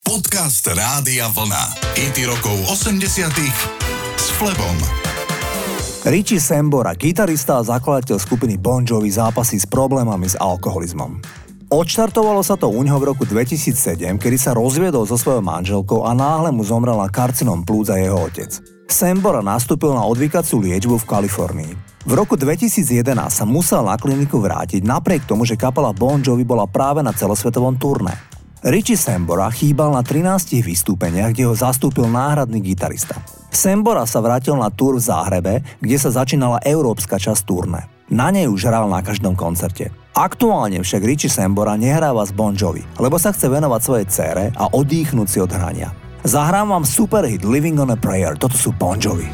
Podcast Rádia Vlna. Hity rokov 80-tych s Flebom. Richie Sambora, gitarista a zakladateľ skupiny Bon Jovi, zápasí s problémami s alkoholizmom. Odštartovalo sa to u neho v roku 2007, kedy sa rozviedol so svojou manželkou a náhle mu zomrel na karcinom plúca jeho otec. Sambora nastúpil na odvykaciu liečbu v Kalifornii. V roku 2011 sa musel na kliniku vrátiť napriek tomu, že kapela Bon Jovi bola práve na celosvetovom turné. Richie Sambora chýbal na 13 vystúpeniach, kde ho zastúpil náhradný gitarista. Sambora sa vrátil na túr v Záhrebe, kde sa začínala európska časť turné. Na nej už hral na každom koncerte. Aktuálne však Richie Sambora nehráva s Bon Jovi, lebo sa chce venovať svojej dcére a odýchnúť si od hrania. Zahrám vám superhit Living on a Prayer, toto sú Bon Jovi.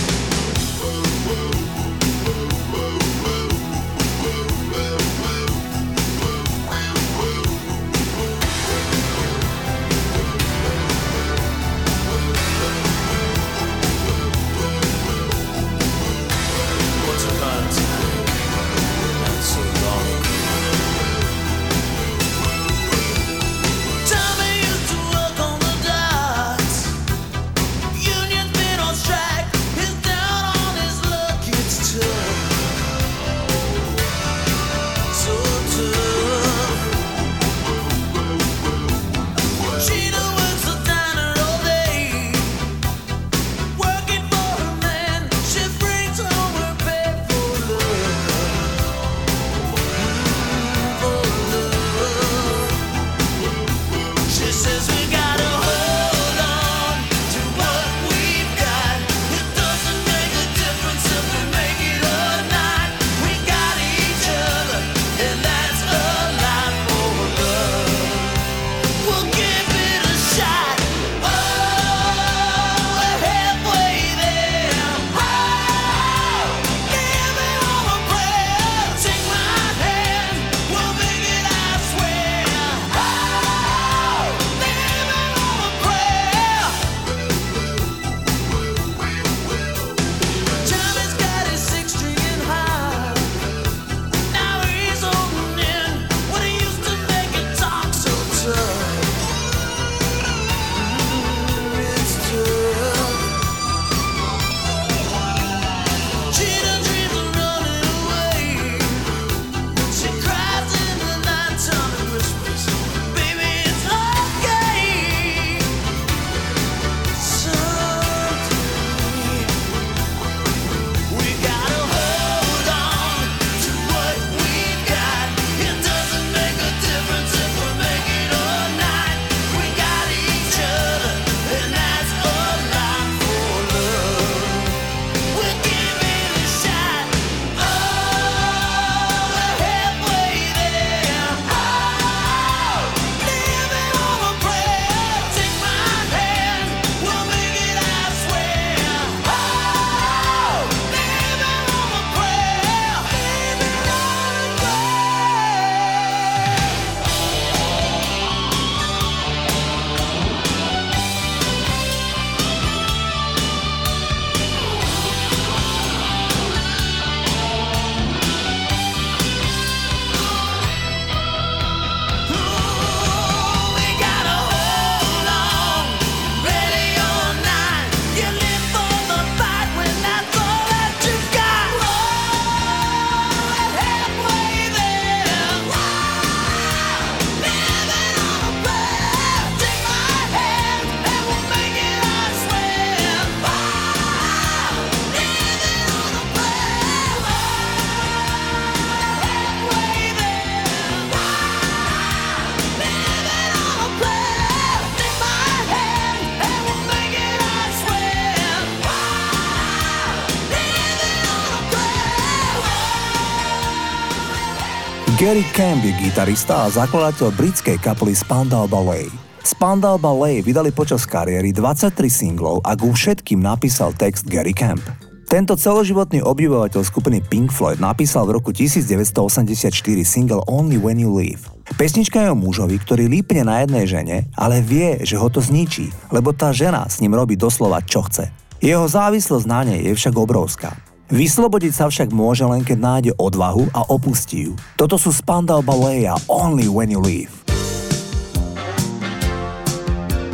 Gary Camp je gitarista a zakladateľ britskej kapely Spandau Ballet. Spandau Ballet vydali počas kariéry 23 singlov a ku všetkým napísal text Gary Camp. Tento celoživotný obdivovateľ skupiny Pink Floyd napísal v roku 1984 single Only When You Leave. Pesnička je o mužovi, ktorý lípne na jednej žene, ale vie, že ho to zničí, lebo tá žena s ním robí doslova čo chce. Jeho závislosť na nej je však obrovská. Vyslobodiť sa však môže len keď nájde odvahu a opustí ju. Toto sú Spandau Ballet a Only When You Leave.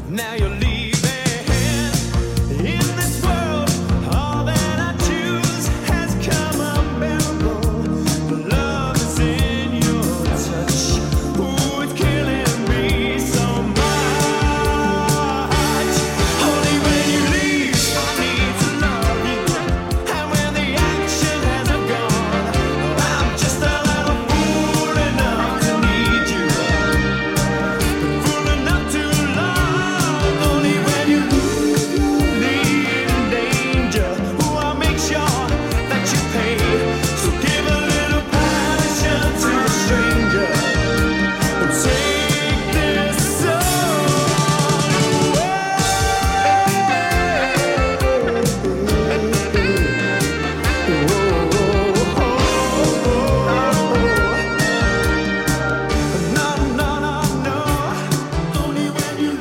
Now you're leaving. In this world, all that I choose has come unbearable. Love is in your touch. Ooh, it's killing me so much. Only when you leave, I need to love you. And when the action hasn't gone, I'm just a little fool enough to need you. Fool enough to love. Only when you leave in danger, ooh, I'll make sure that you pay. So give a little passion to a stranger. And take this song away. No, no, no, no. Only when you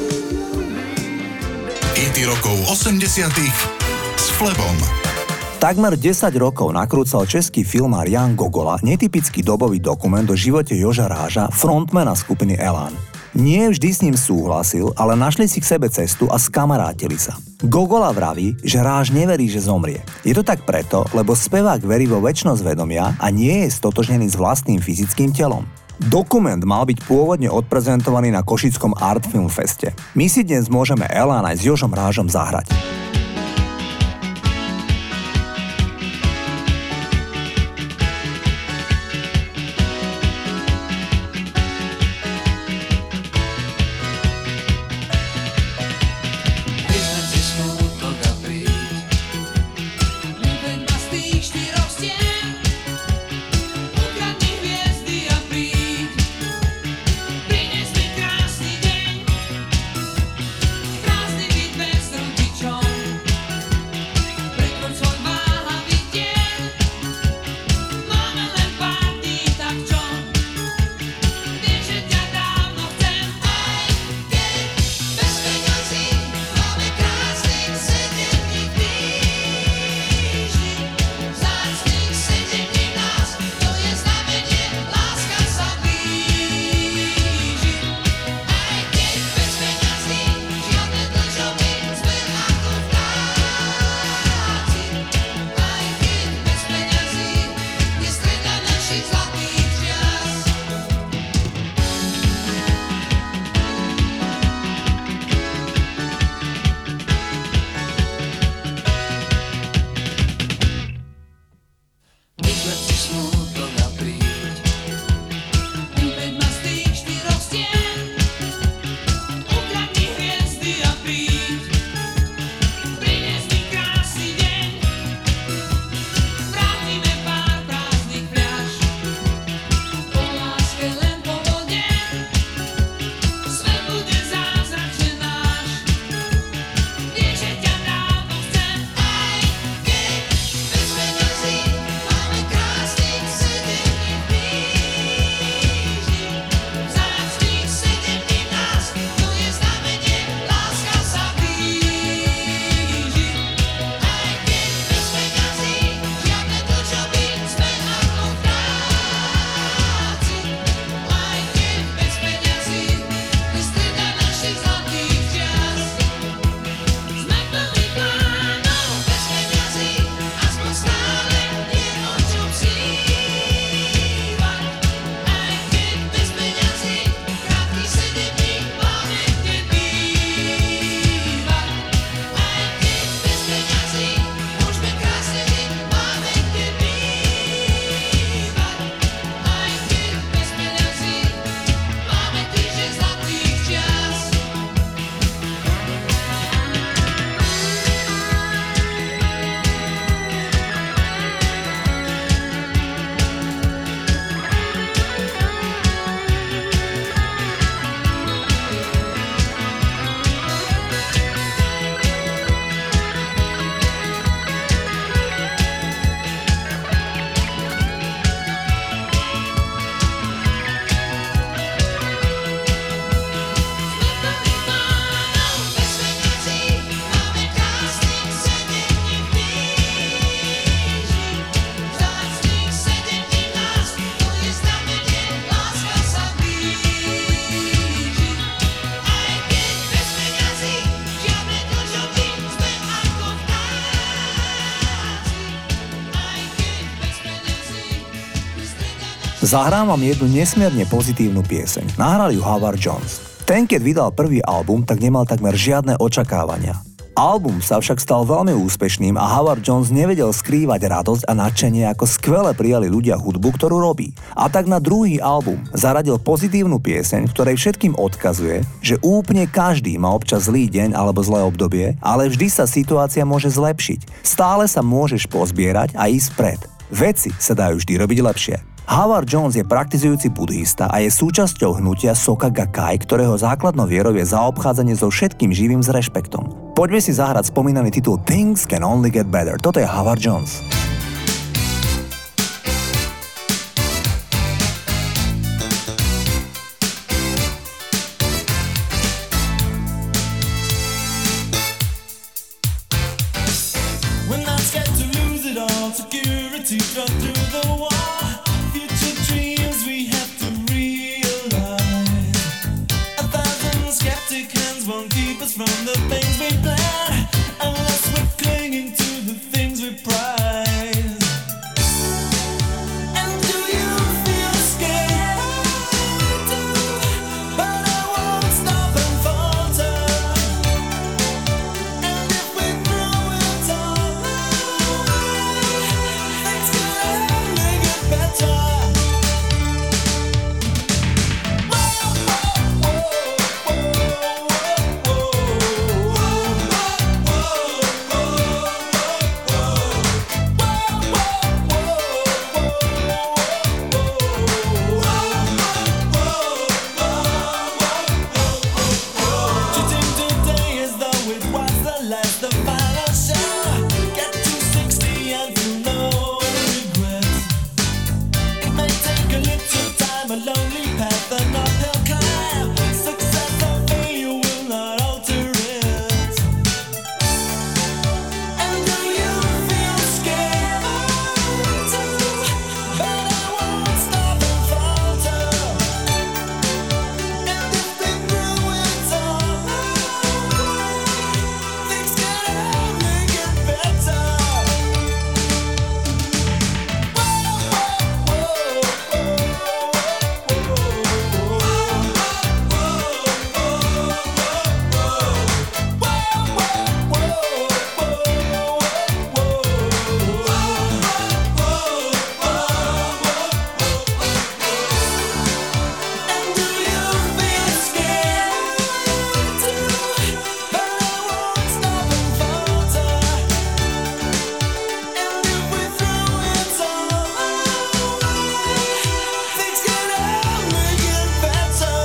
Hity rokov 80 s Flebom. Takmer 10 rokov nakrúcal český filmár Jan Gogola netypický dobový dokument o živote Joža Ráža, frontmana skupiny Elán. Nie vždy s ním súhlasil, ale našli si k sebe cestu a skamarátili sa. Gogola vraví, že Ráž neverí, že zomrie. Je to tak preto, lebo spevák verí vo večnosť vedomia a nie je stotožnený s vlastným fyzickým telom. Dokument mal byť pôvodne odprezentovaný na Košickom Art Film Feste. My si dnes môžeme Elán aj s Jožom Rážom zahrať. Vyzvem si smútok a príď, ľúbeň ma z tých štyroch stien. Ukradni hviezdy a príď, prines mi krásny deň. Prázdny byt bez rodičov, Zahrám vám jednu nesmierne pozitívnu pieseň. Nahral ju Howard Jones. Ten, keď vydal prvý album, tak nemal takmer žiadne očakávania. Album sa však stal veľmi úspešným a Howard Jones nevedel skrývať radosť a nadšenie, ako skvele prijali ľudia hudbu, ktorú robí. A tak na druhý album zaradil pozitívnu pieseň, v ktorej všetkým odkazuje, že úplne každý má občas zlý deň alebo zlé obdobie, ale vždy sa situácia môže zlepšiť. Stále sa môžeš pozbierať a ísť vpred. Veci sa dajú vždy robiť lepšie. Howard Jones je praktizujúci budhista a je súčasťou hnutia Soka Gakkai, ktorého základnou vierou je zaobchádzanie so všetkým živým s rešpektom. Poďme si zahrať spomínaný titul Things Can Only Get Better. Toto je Howard Jones. When I scared to lose it all, security struck through the wall. Future dreams we have to realize. 1,000 skeptic hands won't keep us from the things we plan, unless we're clinging to the things we prize. And do you feel scared too? But I won't stop and falter. And if we throw it all away, things can only get better. Treating today as though it was the last, the final show. Get to 60 and feel no regrets. It may take a little time, a lonely path, an uphill climb. Success or failure will not alter it. And do you feel scared too? But I won't stop and falter. And if we throw it all away, things can only get better. And do you feel scared too? But I won't stop and falter. And if we throw it all away, things can only get better.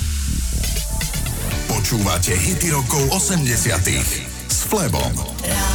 Počúvate hity rokov 80 s Flebom.